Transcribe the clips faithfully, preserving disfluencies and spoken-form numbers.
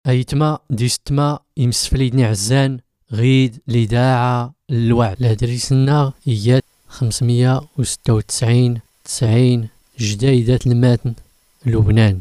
أيتما ديستما يمسفليدني عزان غيد لداعة الوعد لهدريسنا إيات خمسمية وستة وتسعين تسعين جديدة الماتن لبنان.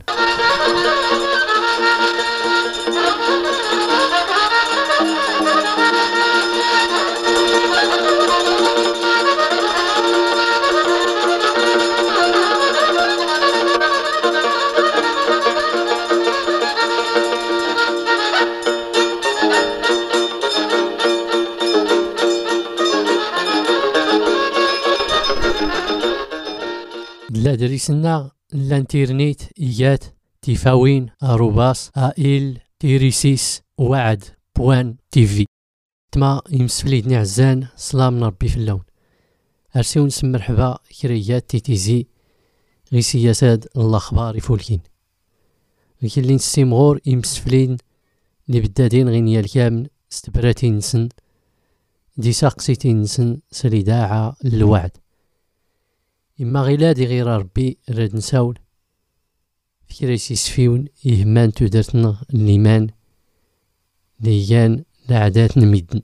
لا دريسنا الانترنت إيات تيفاوين أروباس آئل تيريسيس وعد بوان تيفي. تما يمسفليدني عزان سلام ربي في اللون أرسيو نسم مرحبا كريات تيتيزي غي سياسات الأخبار يفولكين غي اللي نستيمغور يمسفلين اللي بدادين غينيا الكامل استبراتين نسن دي ساقسيتين نسن سليداعة الوعد إما غيلادي غير ربي راد نساول فكريسي سفيون يهمان تودرتنا الإيمان ليان لعدات نميدن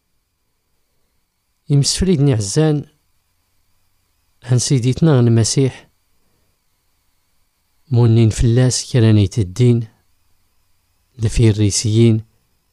يمسفليدني عزان عن سيديتنا المسيح مونين فلاس كرانيت الدين لفي الريسيين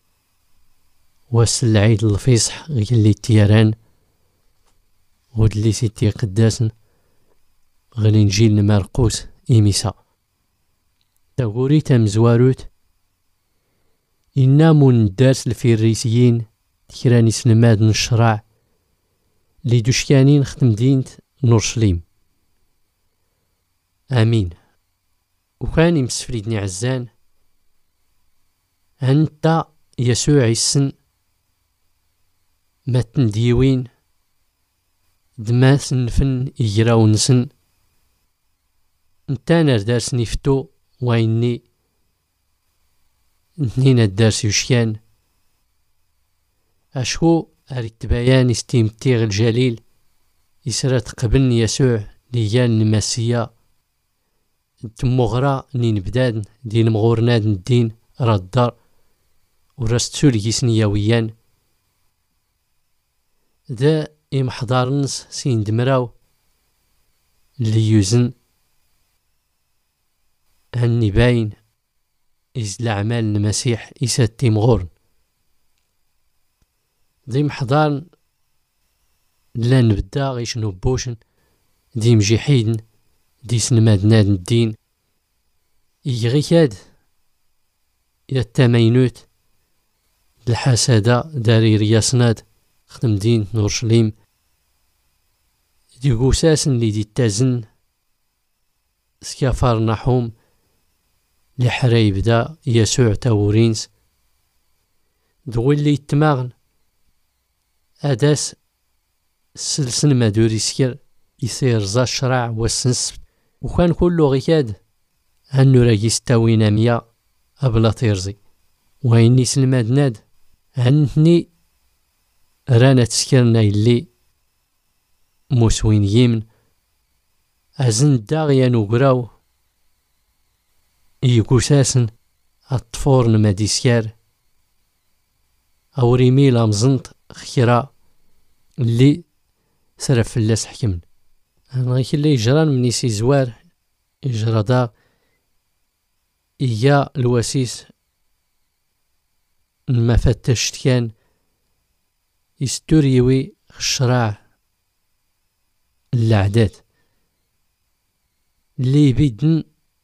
واس العيد الفيصح غير اللي التيران غود اللي سيتي قداسن غالي نجيل نمارقوس إيميسا تغوري تمزواروت إنا من دارس الفيريسيين تكراني سلماد نشرع لي دوشكانين ختم دينت نورشليم آمين. وكان يمسفريدني عزان أنت يسوع السن ما تنديوين دماس نفن إجراو نسن نتانا دارس نفتو ويني نتنين الدارس يشكان أشكو أريد تبايان استيمتيغ الجليل إسرات قبل يسوع ليان المسيا تمغرا نين بداد دين مغورناد الدين ردار ورستو لجيسني يويان ذا إمحضارنس سين دمراو اللي يوزن هني باين إز الأعمال المسيح إسات تيمغورن ذي محضارن لا نبدا غيش نبوشن دي مجيحيدن دي سنمادناد الدين يغي كاد إلى التمينوت الحسادة داري رياسناد خدم دين نورشليم دي قوساسن اللي دي تازن سكافار نحوم لحرايب دا يسوع تاورينس دو اللي يتماغن أداس سلسن مادوري سكر يسير زا الشرع والسنسف وكان كله غيكاد هنو راجي ستاوينا ميا أبلا تيرزي ويني سلماد ناد هنتني رانا تسكرنا اللي موسوين يمن أزن داغيا نوغراو يكوساسن الطفورن ماديسكار أو ريميلا مزنط خيرا اللي سرف فلاس حكمن أنا غيك اللي يجران مني سي زوار يجرى دا إيا الواسيس ما فتشت كان يستوريوي الشراع العداد اللي بيدن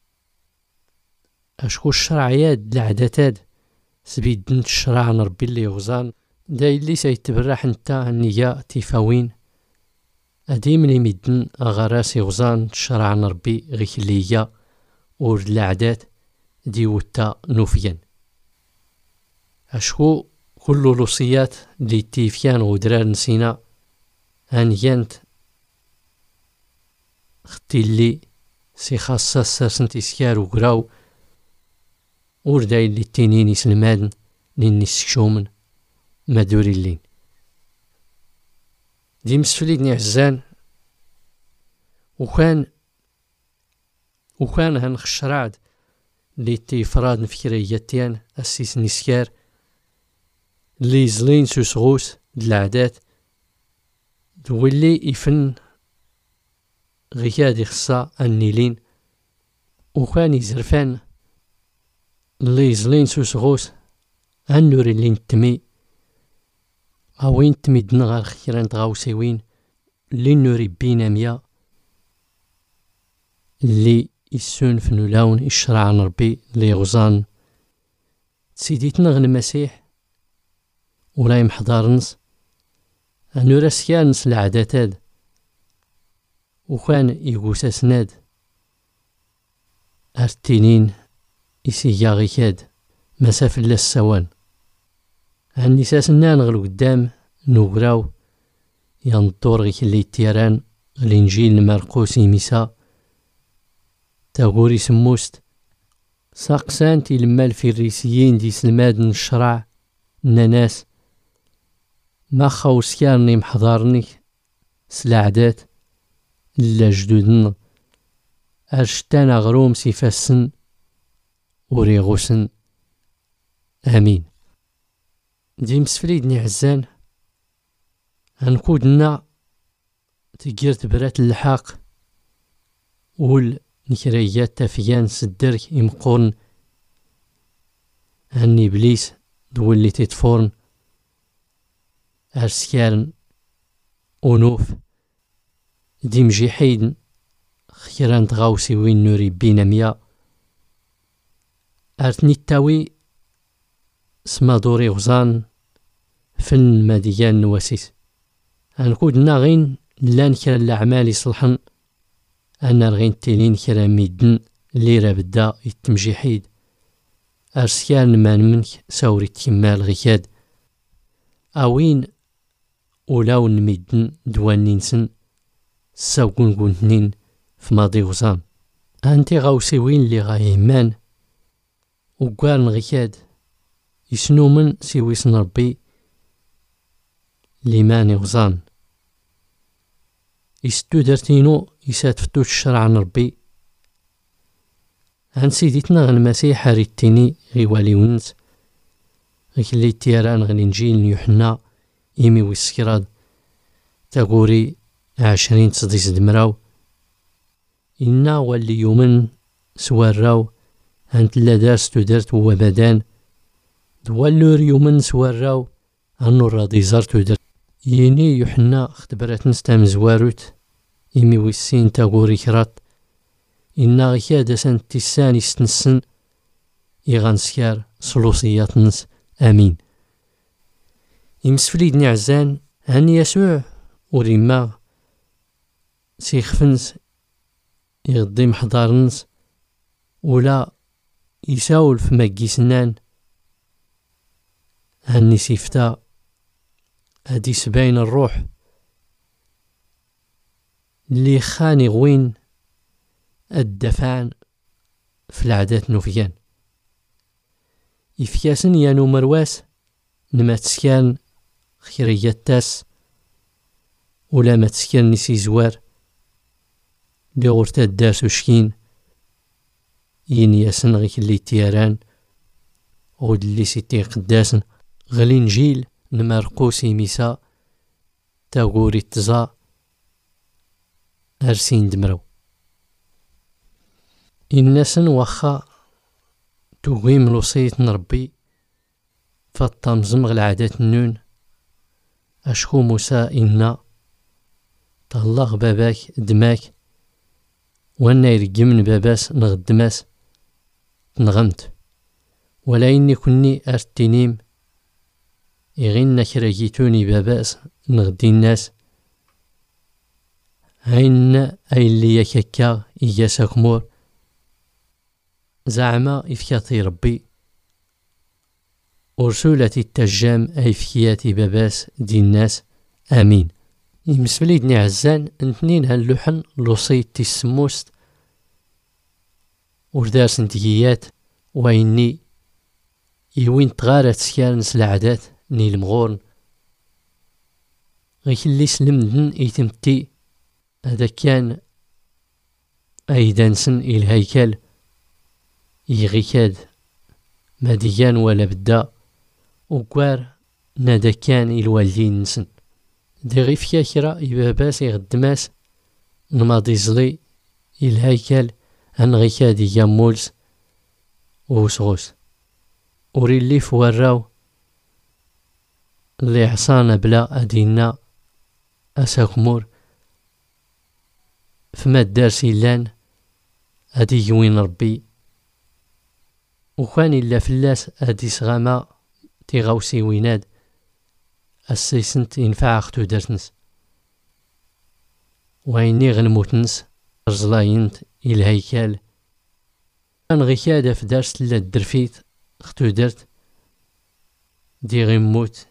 أشكو الشرعيات العداتاد سبيدن الشراع نربي اللي غزان دا اللي سيتبرح نتا النية تيفاوين أدي من يمدن أغراسي غزان الشراع نربي غيك اللي ور العدات ديوتا نوفيان أشكو كل لوصيات اللي تيفيان ودرار نسينا هانيانت ختي اللي سي خاصة ساسن تيسكار وقراو ورداي اللي التنين يسلمادن لين نسكشومن مدوري اللين دي مسفليدني عزان وكان وكان هنخشرعد اللي تيفراد نفكرياتيان السيس نسكار اللي زلين سوسغوس العادات دولي يفن غيادي خصا النيلين وكان يزرفان اللي زلين سوسغوس النور اللي نتمي اوين تميدن غير خيران تغاوسيوين اللي نوري بينا ميا اللي يسون في نولاون الشرع نربي اللي غزان سيديتنا غن المسيح ولا يمحضرنس انو راسيانس العادات وكان يقوس اسناد ارتينين يسيا غيكاد مسافة للسوان النساس نان غلو قدام نوغراو ينطور غيك اللي تيران الانجيل مرقوس يميسا تاغوري سموست ساقسان تيلما الفريسيين دي سلماد الشرع الناس ما خاوس كارني محضرني سلعدات إلا جدودنا أرشتان غروم سيفاسن وريغوسن آمين. دي مسفليد نعزان هنكودنا تجيرت برات اللحاق ول نكريات تافيان سدرك يمقورن هني إبليس دولي تتفورن أرسكارن أونوف ديم جحيد خيران تغاوسي وين نوري بينا ميا أرتني التاوي سما دوري غزان فن مديان نواسيس هنكودنا غين لان كرا الأعمال يصلحن أنا رغين تيلين كرا ميدن اللي رابدا يتمجيحيد أرسكارن مان منك ساوري تيمال غيكاد أوين ولاو نميدن دوان ننسن ساوكون كونتنين في ماضي غزان أنتي غاوسيوين اللي غايمان وقارن غيكاد يسنو من سيويسن ربي ليماني غزان يستو درتينو يسات فتوش الشرع نربي هان سيديتنا غن المسيح ريتيني غيوالي ونس غيك اللي تيران غن انجيل يوحنا إيمي ويسكراد تاغوري عشرين تصديس دمراو إنا واللي يومن سواراو هانت لا دارستو دارت وبدان دوالور يومن سواراو هانو راضي زارتو درت يني يوحنا اختبرت نستام زواروت إيمي ويسين تاغوري كرات إنا غيكادا سان تيسان يستنسن إغانسكار صلوصيات نس آمين. يمسفليد نعزان هاني يسوع وريما سيخفنس يغضي محضارنس ولا يساول في ماكي سنان هاني سيفتا هادي سباين الروح اللي خاني غوين الدفعن في العادات نوفيان يفياسن يانو مرواس نما تسكان خيريات تاس ولا ما تسكن نسي زوار لي غورتا داس وشكين ين ياسن غيك اللي تياران غود اللي سيتي قداسن غلين جيل نمارقوسي ميسا تاغوري تزا أرسين دمرو الناسن واخا توغيم لوصيت نربي فالطمزم العادات النون أشكو موسى إنا طلق باباك دماك وانا يرقمن باباس نغدماس نغمت ولا إني كني أرتينيم يغين كراجيتوني باباس نغدي الناس هين أي اللي يكاكا إياساك مور زعما إفكاتي ربي أرسولة التجام أي فكياتي باباس دي الناس آمين. يمسفليدني عزان انتنين هاللوحن لوصيت تيسموست وردارس انتقيات وإني يوين تغارت سكارنس العادات ني المغورن غيك اللي سلمدن ايتمتي هذا كان ايدانسن الهيكل يغيكاد ماديان ولا بدا وكوار نادا كان الوالدين نسن دي غي فياكرا يباباس يغدماس نماضي زلي الهيكل هنغيكاد يامولز وسغوس وري اللي فوراو اللي عصانا بلا أدينا أساكمور فما الدار سيلان هادي يوين ربي وكان إلا فلاس هادي سغاما تيغاوسي ويناد السيسنت ينفع أختو دارتنس ويني غنموتنس رزلاينت الهيكل كان غيكادا في دارس لا درفيت اختو درت دي غيموت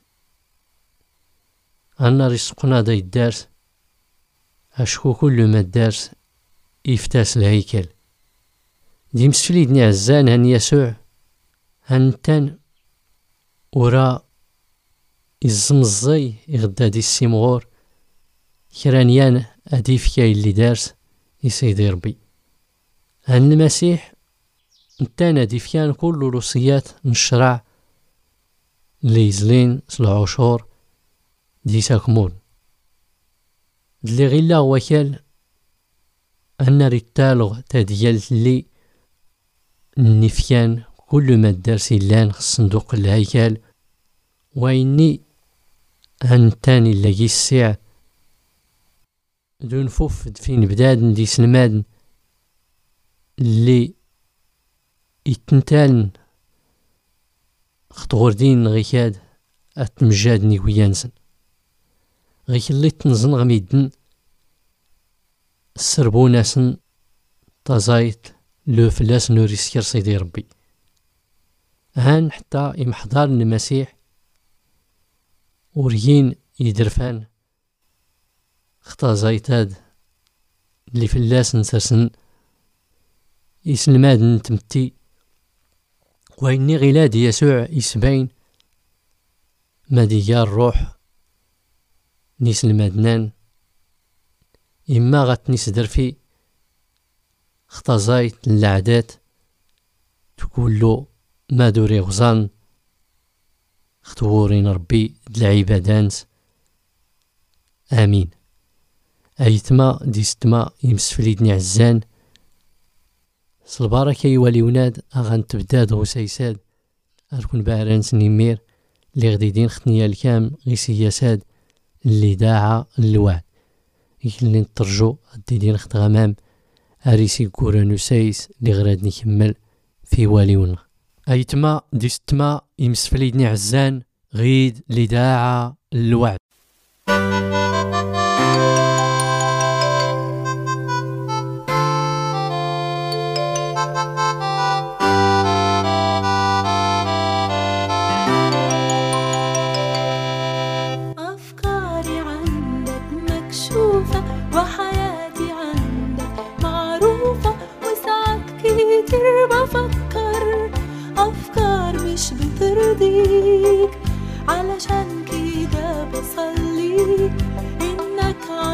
أنا رزقنا داي الدارس أشكو كل ما الدارس يفتاس الهيكل دي مسفليدني عزان هن يسوع هنتان ورا الزمزي يغدا دي السيمغور كرانيان أدي فكاي اللي دارس يسيدي ربي هن المسيح نتانا دي فكان كل روسيات نشرع اللي يزلين سلعشور دي ساكمون اللي غيلا وكال أن ريتالغ تديال اللي النفيان كل ما الدرس لان صندوق الهيكل وإني هنتاني اللي الساع دون فوف فين بداد دي سلماد اللي يتنتالن خطوردين غيكاد أتمجادني ويانسن غيك اللي تنزن غميدن السربوناسن تزايت لو فلاس نوريسكر سيدي ربي هان حتى يمحضر المسيح وريين يدرفان خطا زايتاد اللي فلاس نسرسن يسلماد نتمتي وإني غيلاد يسوع يسبين ماديا الروح نيس المدنان إما غتنيس درفي خطا زايت العادات تقولو ما دوري غزان خطورين ربي العبادات آمين أيتما ديستما يمسفليدني عزان صلبارك يوالي وناد أغان تبداد غسيساد أركن بارانس نيمير اللي غديدين ختنيا الكام غي سياساد اللي داعا الوعد اللي نترجو الديدين خط غمام أريسي كورانوسايس اللي غراد نكمل في واليون أيتما ديستما يمسفليدني عزان غيد اللي داعا الوعد علشان كده بصلي إنك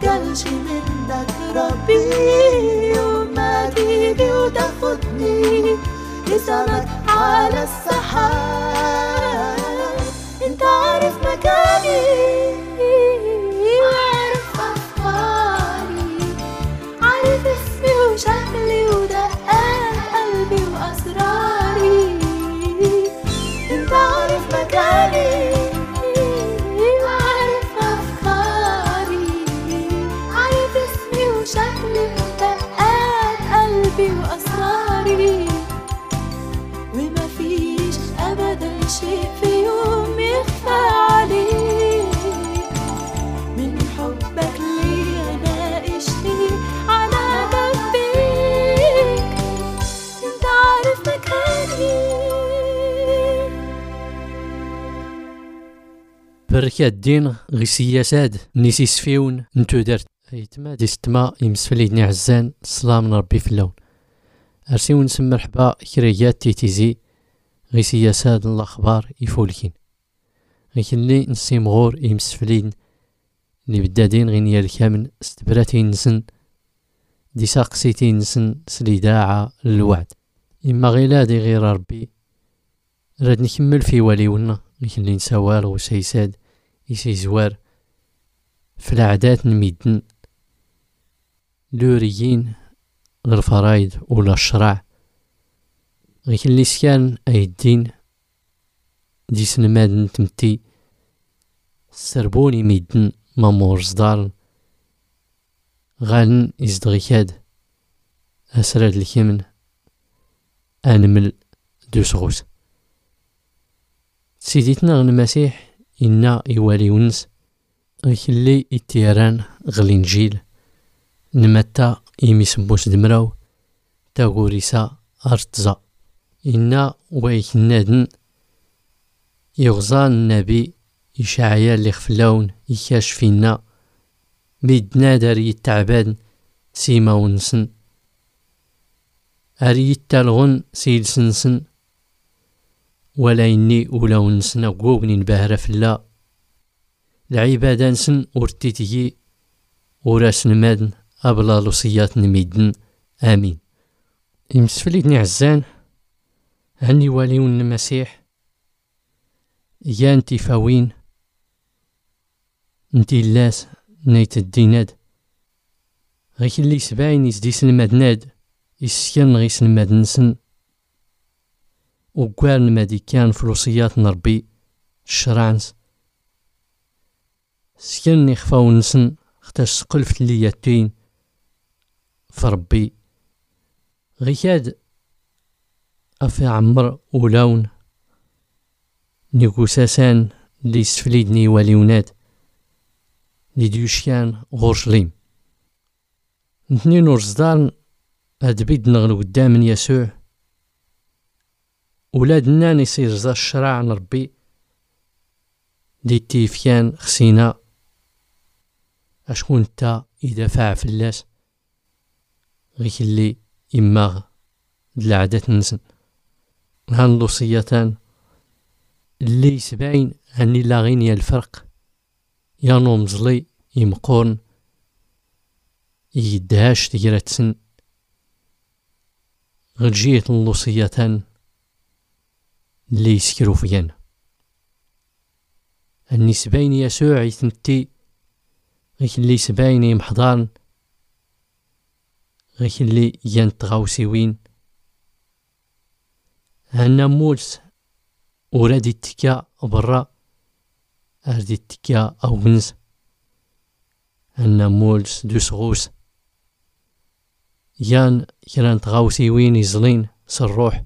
يزعلش منك ربي وما تيجي وتاخدني لسانك على السحاب. انت عارف مكاني وعارف افكاري، عارف اسمي وشكلي ودقات قلبي واسراري. انت عارف مكاني وعارف افكاري، عارف اسمي وشكلي ودقات قلبي واسراري. وما فيش ابدا شيء في يوم يخفى عليك، من حبك لي انا اشتي على جنبيك. انت عارف مكاني. بركة الدين غي سياساد نيسي سفيون نتو درت ايتما دي ستما يمسفليدني عزان الصلاة من ربي في اللون. ارسيو نسمى مرحبا كريات تيتيزي غي سياساد الاخبار يفولكين غي كلي نسي مغور يمسفلين اللي بدادين غي نيال كامل استبراتي نسن دي ساقسيتي نسن سليداعة الوعد. اما غيلادي غير ربي راد نكمل في واليونا غي كلي نسوال وسيساد يسي زوار في العادات نميدن لوريين غير فرايد ولا الشرع غي كلي سكان اي الدين دي سنماد نتمتي سربوني ميدن مامور صدار غالن ازدغيكاد اسراد الكمن انمل دوسغوس. سيديتنا غن المسيح إنا يوالي ونس غي كلي التيران غلينجيل نمتا إيمي سموس دمراو تاغوريسا أرتزا. إنا ويك نادن يغزان النبي إشعيا اللي خفلاون يكاش فينا ميدنا داري التعبان سيما ونسن أري التالغن سيل سنسن ولا إني ولا ونسن قوغني نبهر فلا العبادة نسن ورتيتي وراس نمادن أبلا لوصيات نميدن آمين. يمسفليدني عزان هني واليون المسيح يا انتي فاوين انتي اللاس نيت الديناد غي كلي سباين يسديس المدناد يسكن غيس المدنسن وقوار نمادي كان فلوسيات نربي الشرعنس سكن يخفاو نسن اختاش سقلفت لي ياتين فربي غياد افي عمر ولون نيكوساسان لي سفليدني واليونات لي ديوشيان غورشليم نتنين ورزدان هاد بيد نغلو قدام يسوع ولادنا نيصير زا الشرع نربي دي تيفيان خسينا اشكون تا يدافع فلاس غي كلي يماغ دالعادات نسن هان لوصيتان اللي سبعين هني لاغين يا الفرق يا نومزلي يمقورن يدهاش تجرات سن غجيت اللوصيتان اللي يسكرو فيان هني سبعين يسوع يثمتي غيك اللي سبعين يمحضان غيك اللي ينتغاوسيوين هنا مولس ورادي التكا برا اردي التكا او بنز هنا مولس دوسغوس يان كران تغاوسيوين يزلين سالروح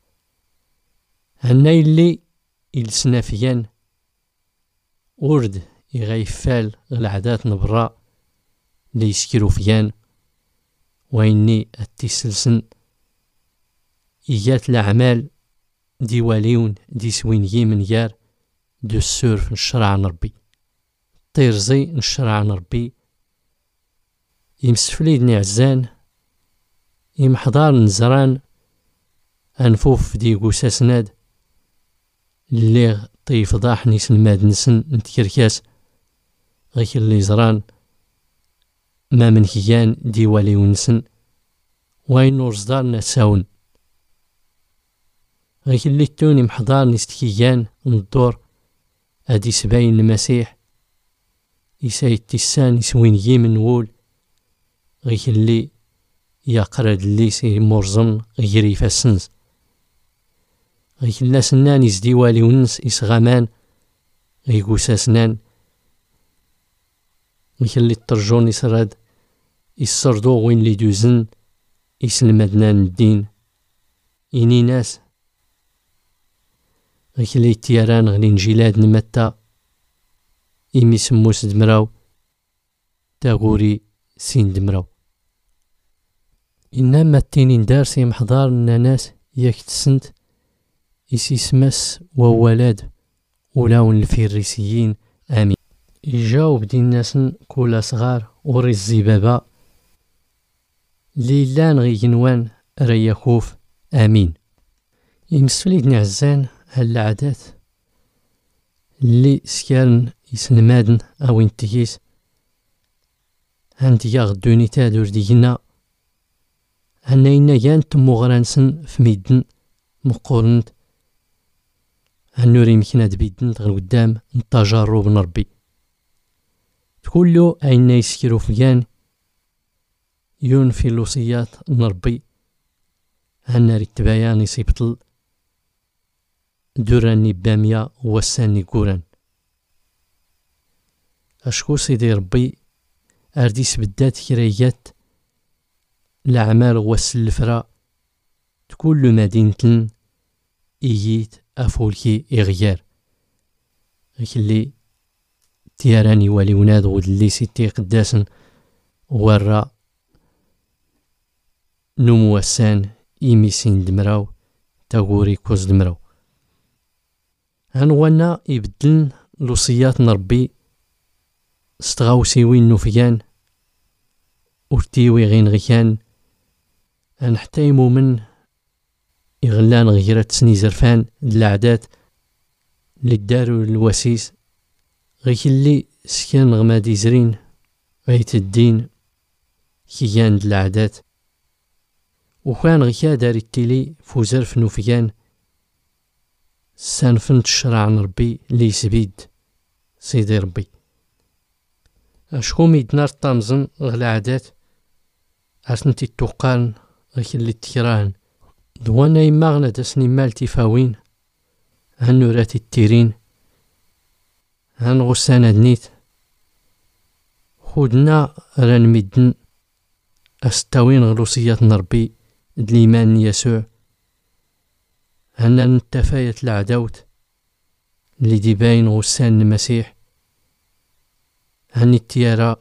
هنا اللي يلسنا فيان ورد يغيفال العادات نبرا اللي يسكرو فيان ويني التسلسن إيات الأعمال دي واليون دي سوينيي من يار دو السورف نشرع نربي طيرزي نشرع نربي يمسفليدني عزان يمحضار نزران أنفوف دي قوساسناد اللي طيف ضاح نيس الماد نسن نتكركاس غيك اللي زران ما من كيان ديوالي ونسن وين نورزدار نساون غيك اللي توني محضار نستكيان ندور ادي سباين المسيح يسايد تسان يسوين يمن وول غيك اللي يقرد اللي سي مرزن غير يفسنس غيك الناس سنان يزديوالي ونس يسغامان غيقوسا سنان غيك اللي الترجون يسرد يسردو وين اللي دوزن يسلمدنان الدين إني ناس غيك اللي تيران غلي نجيلاد نمتا إمي سموس دمراو تاغوري سين دمراو إنما التينين دارسي محضار الناس ياك تسنت إسي سمس وولاد ولاون الفريسيين آمين يجاوب دي الناس كولا صغار وري الزبابة ليلان غينوان رياكوف آمين يمسوليدني عزان هالعادات اللي سكارن يسنمادن أو انتهيس عندي يغدوني تادور دينا هنا إنا يان تمو غرانسن في ميدن مقورنت هنوري مكنا دبيدن غير قدام التجارب نربي تقولو أين يسكرو فيان يون فيلوسيات نربي هنا ريتبايان يسيبطل دوراني بامية وساني قوران أشكو سيدي ربي أرديس بدات كريات الأعمال والسلفرة تكون مدينة إييت أفولكي إغيار غيك اللي تياراني والي وناد غود اللي سيتي قداسن ورا نمو وسان إيميسين دمراو تاغوري كوز دمراو هنوانا يبدلن لوصيات نربي ستغاوسي وين نوفيان ورتيوي غين غيان هنحتايمو من يغلان غيرات سني زرفان العادات اللي دارو الوسيس غيك اللي سكان غمادي زرين غيت الدين كيان العادات وكان غيكا داري التيلي فوزر في نوفيان سانفنت الشرع نربي لي سبيد سيدي ربي اشكو ميدنار طامزن غلا عادات عرسنتي التوقان غيك اللي تكراهن دوانا يماغنا داسني مال تيفاوين هن نوراتي التيرين هن غسانا دنيت خودنا ران ميدن استاوين غلوصيات نربي دليمان يسوع هنا نتفايت العداوت اللي دي باين غسان المسيح هني التيارة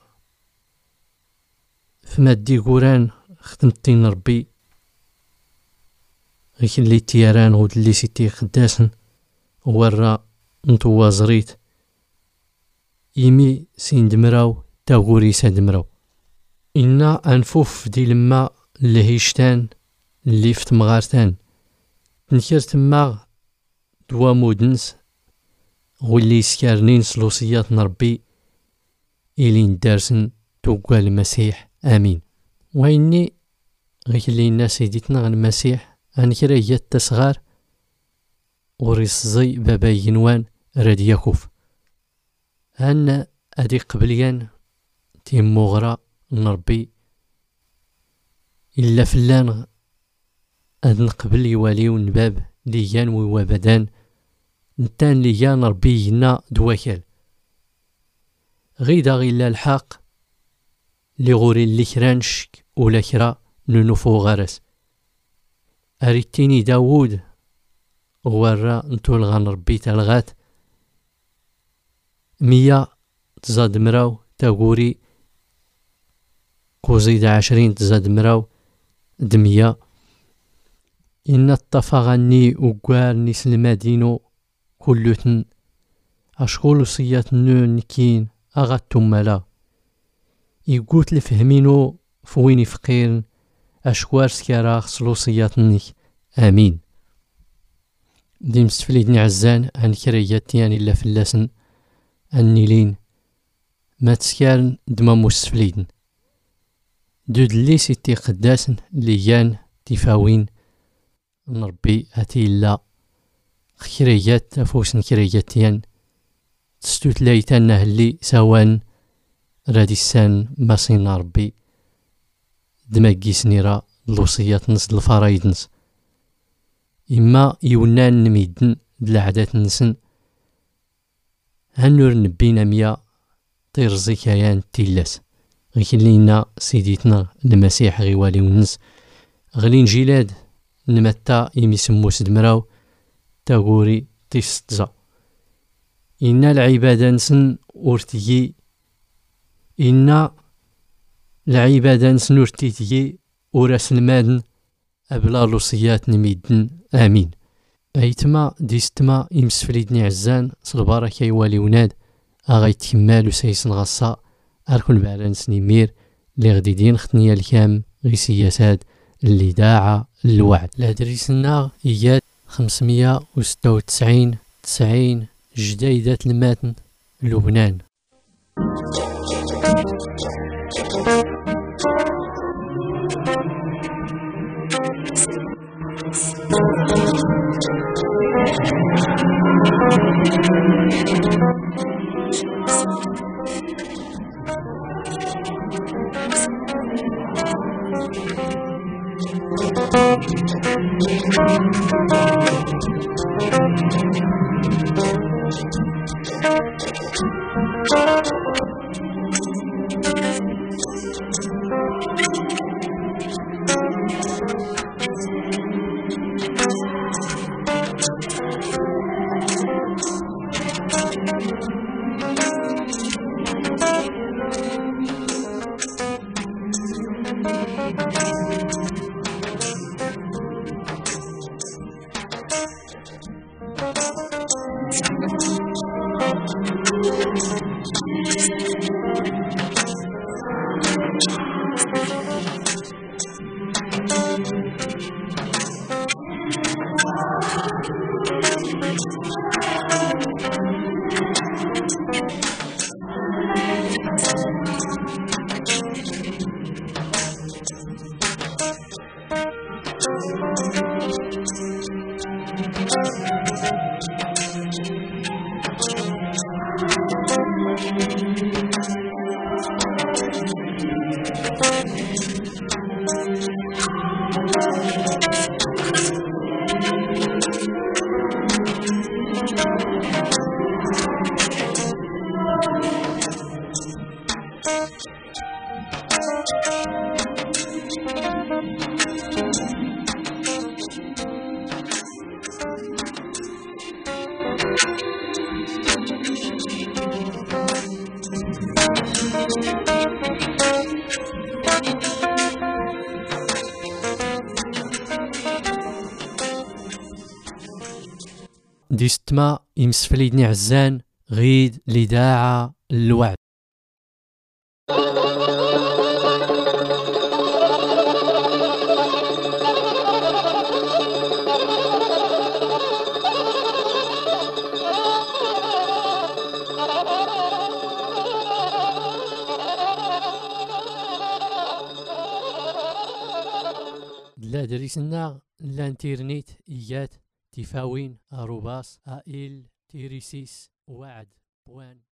فما دي قوران خدمتين ربي غيك اللي تياران غود اللي سيتي قداسن ورا نتوا زريت يمي سين دمراو تاغوري سادمراو إنا أنفوف دي لما اللي هيشتان اللي فت مغارتان نكر تماغ دوا مودنس غولي سكارنين سلوسيات نربي إلي ندارسن توقع المسيح آمين وإني غيك اللي الناس يديتنا المسيح أنكرا هي التسغار وريس زي بابا ينوان راد ياكوف هن أدي قبليان تيم مغرى نربي إلا فلان أد نقبل يواليو نباب ليان ويوابدان نتان ليان ربي ينا دواكال غيدا غيلا الحق لغوري اللي كرانشك ولا كرا ننفو غرس أريتيني داوود ورا نتول غنربي تلغات مية تزاد مراو تاغوري كوزيد عشرين تزاد مراو دمية إن الطفغني وقوار نيس المدينو كلتن أشغل صيات نون نكين أغاتم ملا يقوت لفهمينو فويني فقير أشكوار سكاراخ سلوصيات نيك آمين دي مستفليدني عزان عن كريات يعني إلا فلاسن النيلين ما تسكارن دما مستفليدن دود اللي سيتي قداسن ليان تفاوين نربي هاتي لا خيريات تفوسن خيريات ين تستوت ليتان نهلي سوان رادي السان ماسين ربي دماغي سنيرا الوصيات نس الفرايد نس إما يونان نميدن دالعادات نسن هنور نبينا ميا طير زكايان تيلاس غيكن لينا سيديتنا المسيح غيوالي ونس غلين جيلاد نمتا يمي سموس دمراو تاغوري تيستزا إنا العبادة نسن أورتيي إنا العبادة نسن أورتيتي وراس المادن أبلا لوصيات نميدن آمين. أيتما ديستما يمسفليدني عزان صلبارك يوالي وناد أغايت كمال وسيسن غصا أركن بعلان سنيمير اللي غديدين ختنيا الكام غي سياسات اللي داعة الوعد لادريسنا إياد خمسمية وستة وتسعين تسعين جديدة الماتن لبنان. ديستما يمسفليدني عزان غيد لداعة الوعد. لا دريسنا لانتيرنيت إيات تفاوين أروباس آئل تيريسيس وعد بوان